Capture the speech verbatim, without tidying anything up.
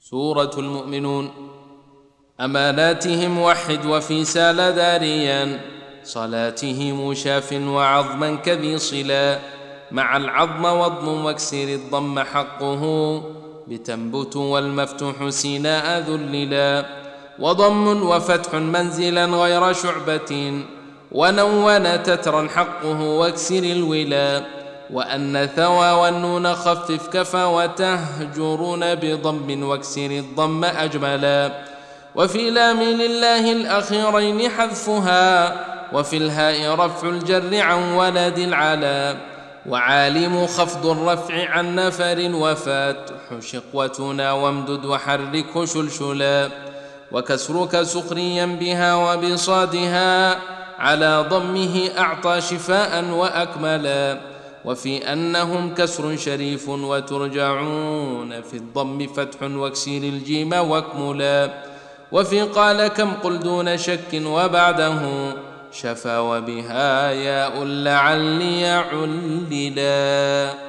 سورة المؤمنون. أماناتهم وحد وفي سال داريا، صلاته مشاف وعظما كذي صلا، مع العظم وضم واكسر الضم حقه، بتنبت والمفتوح سيناء ذللا، وضم وفتح منزلا غير شعبة، ونون تترا حقه واكسر الولا، وأن ثوى والنون خفف كفى، وتهجرون بضم واكسر الضم أجملا، وفي لام لله الأخيرين حذفها، وفي الهاء رفع الجر عن ولد العلا، وعالم خفض الرفع عن نفر، وفتح شقوتنا وامدد وحركه شلشلا، وكسرك سخريا بها وبصادها، على ضمه أعطى شفاء وأكملا، وفي أنهم كسر شريف وترجعون، في الضم فتح واكسر الجيم واكملا، وفي قال كم قل دون شك وبعده، شفا وبها ياء لعلي عللا.